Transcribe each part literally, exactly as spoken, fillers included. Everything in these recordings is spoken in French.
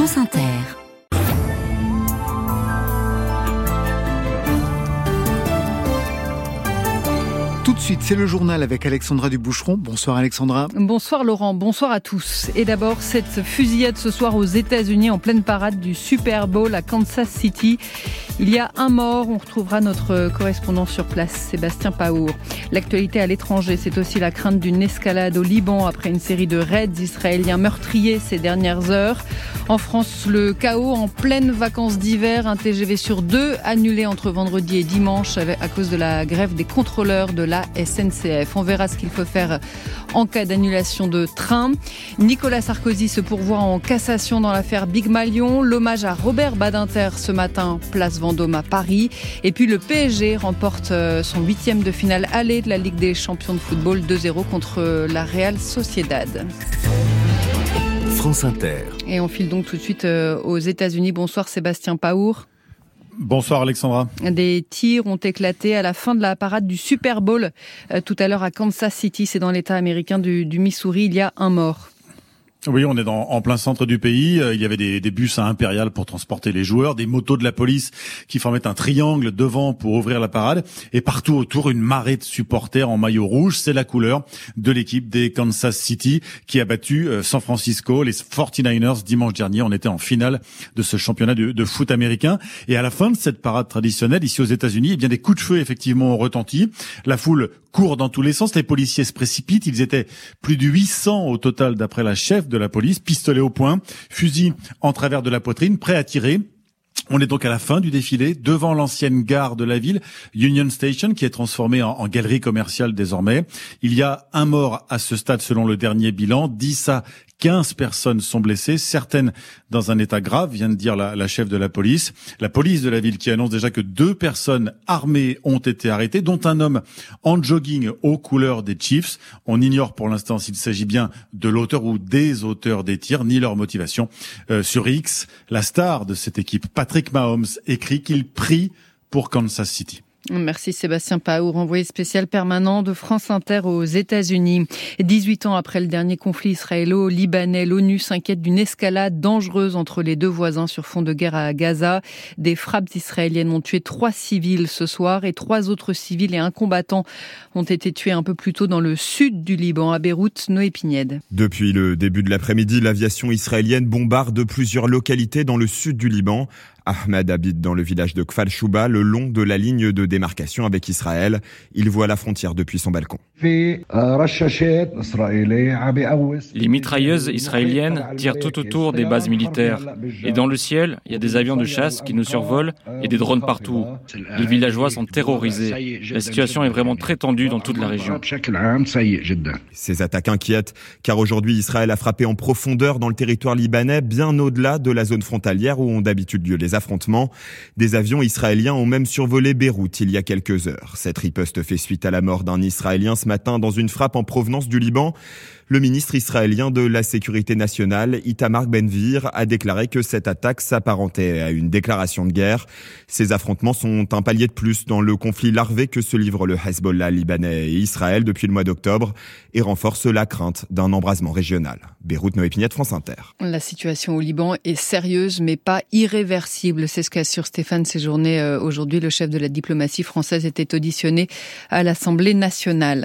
France Inter. Tout de suite, c'est le journal avec Alexandra Duboucheron. Bonsoir Alexandra. Bonsoir Laurent, bonsoir à tous. Et d'abord, cette fusillade ce soir aux États-Unis en pleine parade du Super Bowl à Kansas City. Il y a un mort, on retrouvera notre correspondant sur place, Sébastien Paour. L'actualité à l'étranger, c'est aussi la crainte d'une escalade au Liban après une série de raids israéliens meurtriers ces dernières heures. En France, le chaos en pleine vacances d'hiver, un T G V sur deux annulé entre vendredi et dimanche à cause de la grève des contrôleurs de la S N C F. On verra ce qu'il faut faire en cas d'annulation de train. Nicolas Sarkozy se pourvoit en cassation dans l'affaire Big Malion. L'hommage à Robert Badinter ce matin, place Vendôme à Paris. Et puis le P S G remporte son huitième de finale aller de la Ligue des champions de football deux zéro contre la Real Sociedad. France Inter. Et on file donc tout de suite aux États-Unis. Bonsoir Sébastien Paour. Bonsoir Alexandra. Des tirs ont éclaté à la fin de la parade du Super Bowl euh, tout à l'heure à Kansas City, c'est dans l'État américain du, du Missouri. Il y a un mort. Oui, on est dans, en plein centre du pays. Il y avait des, des bus à Impérial pour transporter les joueurs, des motos de la police qui formaient un triangle devant pour ouvrir la parade. Et partout autour, une marée de supporters en maillot rouge. C'est la couleur de l'équipe des Kansas City qui a battu San Francisco, les forty-niners, dimanche dernier. On était en finale de ce championnat de, de foot américain. Et à la fin de cette parade traditionnelle, ici aux États-Unis, eh bien, des coups de feu, effectivement, ont retenti. La foule court dans tous les sens. Les policiers se précipitent. Ils étaient plus de huit cents au total, d'après la chef de la police, pistolet au poing, fusil en travers de la poitrine, prêt à tirer. On est donc à la fin du défilé, devant l'ancienne gare de la ville, Union Station, qui est transformée en, en galerie commerciale désormais. Il y a un mort à ce stade selon le dernier bilan, dix à quinze personnes sont blessées, certaines dans un état grave, vient de dire la, la chef de la police. La police de la ville qui annonce déjà que deux personnes armées ont été arrêtées, dont un homme en jogging aux couleurs des Chiefs. On ignore pour l'instant s'il s'agit bien de l'auteur ou des auteurs des tirs, ni leur motivation. Euh, sur X, la star de cette équipe, Patrick Mahomes, écrit qu'il prie pour Kansas City. Merci Sébastien Paour, envoyé spécial permanent de France Inter aux États-Unis. dix-huit ans après le dernier conflit israélo-libanais, l'ONU s'inquiète d'une escalade dangereuse entre les deux voisins sur fond de guerre à Gaza. Des frappes israéliennes ont tué trois civils ce soir et trois autres civils et un combattant ont été tués un peu plus tôt dans le sud du Liban, à Beyrouth. Noé Pignède. Depuis le début de l'après-midi, l'aviation israélienne bombarde plusieurs localités dans le sud du Liban. Ahmed habite dans le village de Kfar Shouba, le long de la ligne de démarcation avec Israël. Il voit la frontière depuis son balcon. Les mitrailleuses israéliennes tirent tout autour des bases militaires. Et dans le ciel, il y a des avions de chasse qui nous survolent et des drones partout. Les villageois sont terrorisés. La situation est vraiment très tendue dans toute la région. Ces attaques inquiètent, car aujourd'hui Israël a frappé en profondeur dans le territoire libanais, bien au-delà de la zone frontalière où ont d'habitude lieu les affrontements. Des avions israéliens ont même survolé Beyrouth il y a quelques heures. Cette riposte fait suite à la mort d'un Israélien ce matin dans une frappe en provenance du Liban. Le ministre israélien de la Sécurité nationale, Itamar Ben-Gvir, a déclaré que cette attaque s'apparentait à une déclaration de guerre. Ces affrontements sont un palier de plus dans le conflit larvé que se livrent le Hezbollah libanais et Israël depuis le mois d'octobre et renforcent la crainte d'un embrasement régional. Beyrouth, Noé Pignède, France Inter. La situation au Liban est sérieuse mais pas irréversible. C'est ce qu'assure Stéphane Séjourné aujourd'hui. Le chef de la diplomatie française était auditionné à l'Assemblée nationale.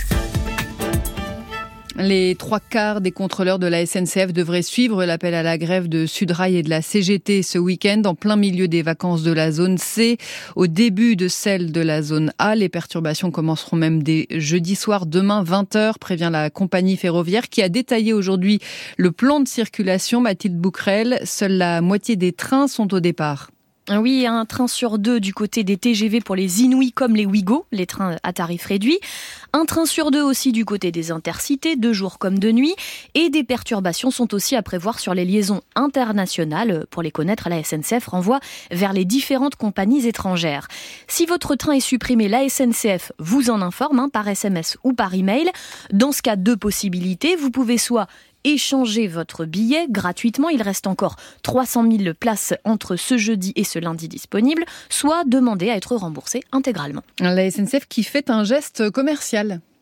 Les trois quarts des contrôleurs de la S N C F devraient suivre l'appel à la grève de Sudrail et de la C G T ce week-end, en plein milieu des vacances de la zone C, au début de celle de la zone A. Les perturbations commenceront même dès jeudi soir, demain vingt heures, prévient la compagnie ferroviaire qui a détaillé aujourd'hui le plan de circulation. Mathilde Bouquerel, seule la moitié des trains sont au départ. Oui, un train sur deux du côté des T G V pour les Inouïs comme les Ouigo, les trains à tarif réduit. Un train sur deux aussi du côté des Intercités, de jour comme de nuit. Et des perturbations sont aussi à prévoir sur les liaisons internationales. Pour les connaître, la S N C F renvoie vers les différentes compagnies étrangères. Si votre train est supprimé, la S N C F vous en informe hein, par S M S ou par email. Dans ce cas, deux possibilités. Vous pouvez soit échanger votre billet gratuitement, il reste encore trois cent mille places entre ce jeudi et ce lundi disponibles, soit demander à être remboursé intégralement. La S N C F qui fait un geste commercial.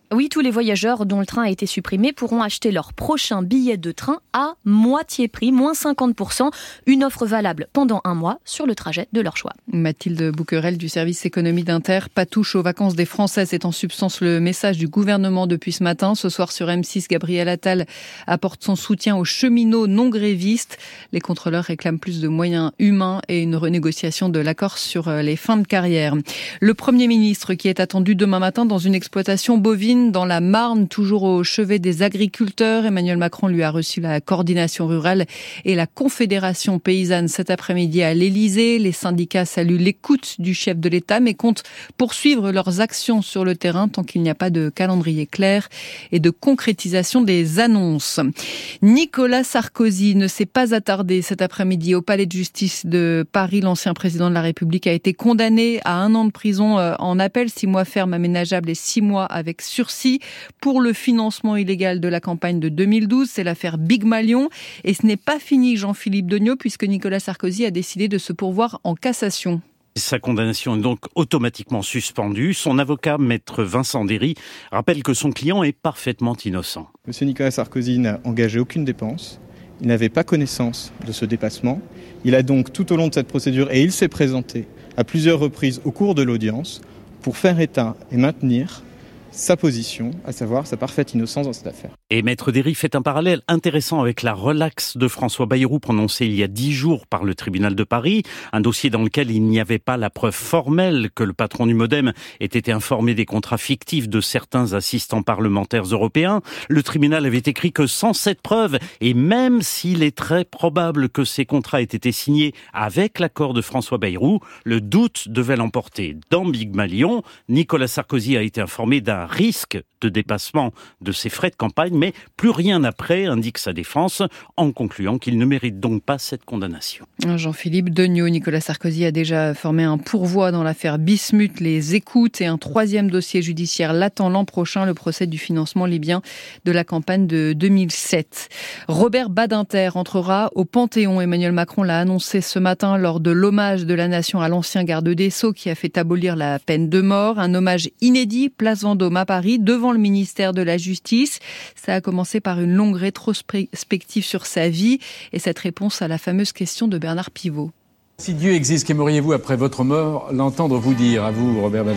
Oui, tous les voyageurs dont le train a été supprimé pourront acheter leur prochain billet de train à moitié prix, moins cinquante pour cent. Une offre valable pendant un mois sur le trajet de leur choix. Mathilde Bouquerel du service économie d'Inter. Pas touche aux vacances des Français, c'est en substance le message du gouvernement depuis ce matin. Ce soir sur M six, Gabriel Attal apporte son soutien aux cheminots non grévistes. Les contrôleurs réclament plus de moyens humains et une renégociation de l'accord sur les fins de carrière. Le Premier ministre qui est attendu demain matin dans une exploitation bovine dans la Marne, toujours au chevet des agriculteurs. Emmanuel Macron lui a reçu la coordination rurale et la confédération paysanne cet après-midi à l'Élysée. Les syndicats saluent l'écoute du chef de l'État mais comptent poursuivre leurs actions sur le terrain tant qu'il n'y a pas de calendrier clair et de concrétisation des annonces. Nicolas Sarkozy ne s'est pas attardé cet après-midi au palais de justice de Paris. L'ancien président de la République a été condamné à un an de prison en appel, six mois ferme aménageable et six mois avec sursis pour le financement illégal de la campagne de deux mille douze. C'est l'affaire Big Malion. Et ce n'est pas fini, Jean-Philippe Degnaud, puisque Nicolas Sarkozy a décidé de se pourvoir en cassation. Sa condamnation est donc automatiquement suspendue. Son avocat, maître Vincent Derry, rappelle que son client est parfaitement innocent. Monsieur Nicolas Sarkozy n'a engagé aucune dépense. Il n'avait pas connaissance de ce dépassement. Il a donc, tout au long de cette procédure, et il s'est présenté à plusieurs reprises au cours de l'audience pour faire état et maintenir sa position, à savoir sa parfaite innocence dans cette affaire. Et maître Derry fait un parallèle intéressant avec la relaxe de François Bayrou prononcée il y a dix jours par le tribunal de Paris, un dossier dans lequel il n'y avait pas la preuve formelle que le patron du Modem ait été informé des contrats fictifs de certains assistants parlementaires européens. Le tribunal avait écrit que sans cette preuve, et même s'il est très probable que ces contrats aient été signés avec l'accord de François Bayrou, le doute devait l'emporter. Dans Big Malion, Nicolas Sarkozy a été informé d'un risque de dépassement de ses frais de campagne, mais plus rien après, indique sa défense, en concluant qu'il ne mérite donc pas cette condamnation. Jean-Philippe Degnaud, Nicolas Sarkozy a déjà formé un pourvoi dans l'affaire Bismuth, les écoutes, et un troisième dossier judiciaire l'attend l'an prochain, le procès du financement libyen de la campagne de deux mille sept. Robert Badinter entrera au Panthéon. Emmanuel Macron l'a annoncé ce matin lors de l'hommage de la nation à l'ancien garde des Sceaux qui a fait abolir la peine de mort. Un hommage inédit, place Vendôme à Paris, devant le ministère de la Justice. Ça a commencé par une longue rétrospective sur sa vie et cette réponse à la fameuse question de Bernard Pivot. Si Dieu existe, qu'aimeriez-vous après votre mort l'entendre vous dire, à vous, Robert Badinter ?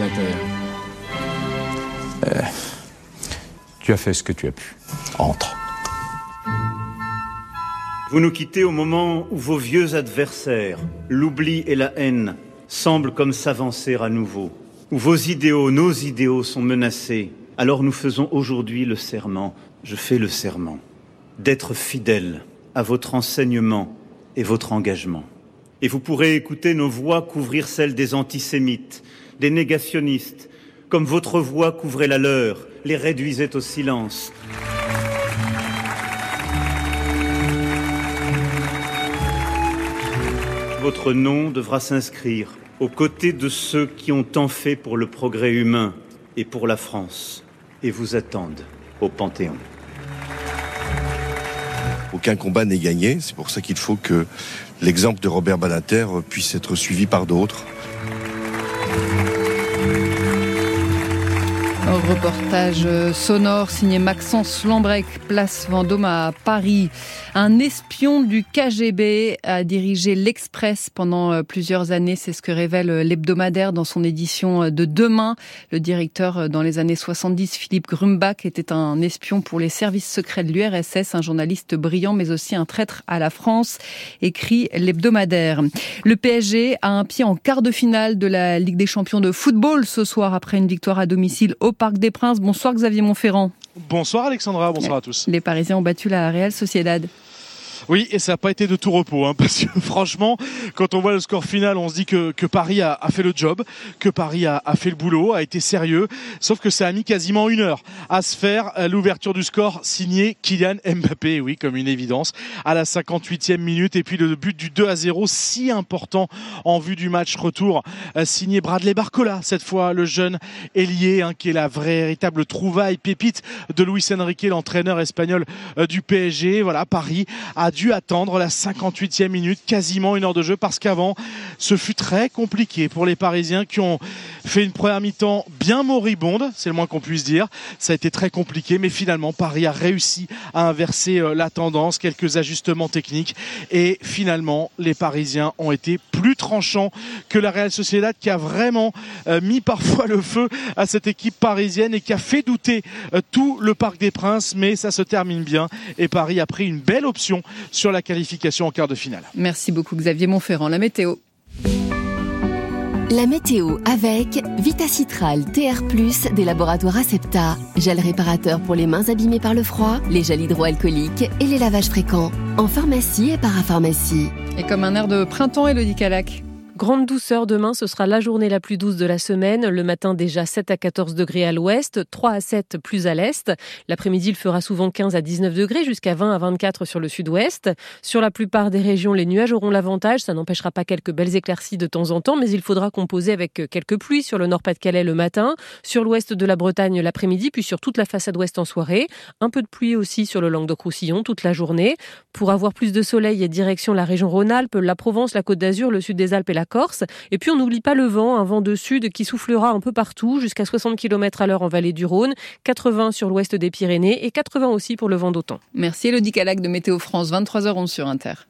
euh, Tu as fait ce que tu as pu. Entre. Vous nous quittez au moment où vos vieux adversaires, l'oubli et la haine, semblent comme s'avancer à nouveau, où vos idéaux, nos idéaux sont menacés. Alors nous faisons aujourd'hui le serment, je fais le serment, d'être fidèle à votre enseignement et votre engagement. Et vous pourrez écouter nos voix couvrir celles des antisémites, des négationnistes, comme votre voix couvrait la leur, les réduisait au silence. Votre nom devra s'inscrire aux côtés de ceux qui ont tant fait pour le progrès humain et pour la France, et vous attendent au Panthéon. Aucun combat n'est gagné, c'est pour ça qu'il faut que l'exemple de Robert Badinter puisse être suivi par d'autres. Reportage sonore signé Maxence Lambrec, place Vendôme à Paris. Un espion du K G B a dirigé l'Express pendant plusieurs années. C'est ce que révèle l'hebdomadaire dans son édition de demain. Le directeur dans les années soixante-dix, Philippe Grumbach, était un espion pour les services secrets de l'U R S S, un journaliste brillant mais aussi un traître à la France, écrit l'hebdomadaire. Le P S G a un pied en quart de finale de la Ligue des Champions de football ce soir après une victoire à domicile au Parc des Princes. Bonsoir Xavier Montferrand. Bonsoir Alexandra, bonsoir à tous. Les Parisiens ont battu la Real Sociedad. Oui, et ça n'a pas été de tout repos, hein, parce que franchement, quand on voit le score final, on se dit que, que Paris a, a fait le job, que Paris a, a fait le boulot, a été sérieux, sauf que ça a mis quasiment une heure à se faire. L'ouverture du score signée Kylian Mbappé, oui, comme une évidence, à la cinquante-huitième minute, et puis le but du deux à zéro, si important en vue du match retour, signé Bradley Barcola, cette fois le jeune ailier, hein, qui est la véritable trouvaille pépite de Luis Enrique, l'entraîneur espagnol du P S G. Voilà, Paris a dû dû attendre la cinquante-huitième minute, quasiment une heure de jeu, parce qu'avant, ce fut très compliqué pour les Parisiens qui ont fait une première mi-temps bien moribonde, c'est le moins qu'on puisse dire. Ça a été très compliqué, mais finalement, Paris a réussi à inverser la tendance, quelques ajustements techniques, et finalement, les Parisiens ont été plus tranchants que la Real Sociedad, qui a vraiment euh, mis parfois le feu à cette équipe parisienne et qui a fait douter euh, tout le Parc des Princes, mais ça se termine bien et Paris a pris une belle option sur la qualification en quart de finale. Merci beaucoup Xavier Montferrand. La météo. La météo avec Vitacitral T R plus des laboratoires Acepta. Gel réparateur pour les mains abîmées par le froid, les gels hydroalcooliques et les lavages fréquents. En pharmacie et parapharmacie. Et comme un air de printemps, Élodie Calac. Grande douceur demain, ce sera la journée la plus douce de la semaine. Le matin déjà sept à quatorze degrés à l'ouest, trois à sept plus à l'est. L'après-midi, il fera souvent quinze à dix-neuf degrés, jusqu'à vingt à vingt-quatre sur le sud-ouest. Sur la plupart des régions, les nuages auront l'avantage. Ça n'empêchera pas quelques belles éclaircies de temps en temps, mais il faudra composer avec quelques pluies sur le Nord-Pas-de-Calais le matin, sur l'ouest de la Bretagne l'après-midi, puis sur toute la façade ouest en soirée. Un peu de pluie aussi sur le Languedoc-Roussillon toute la journée. Pour avoir plus de soleil, direction la région Rhône-Alpes, la Provence, la Côte d'Azur, le sud des Alpes et la Corse. Et puis on n'oublie pas le vent, un vent de sud qui soufflera un peu partout, jusqu'à soixante kilomètres à l'heure en vallée du Rhône, quatre-vingts sur l'ouest des Pyrénées et quatre-vingts aussi pour le vent d'Autan. Merci Élodie Calac de Météo France, vingt-trois heures onze sur Inter.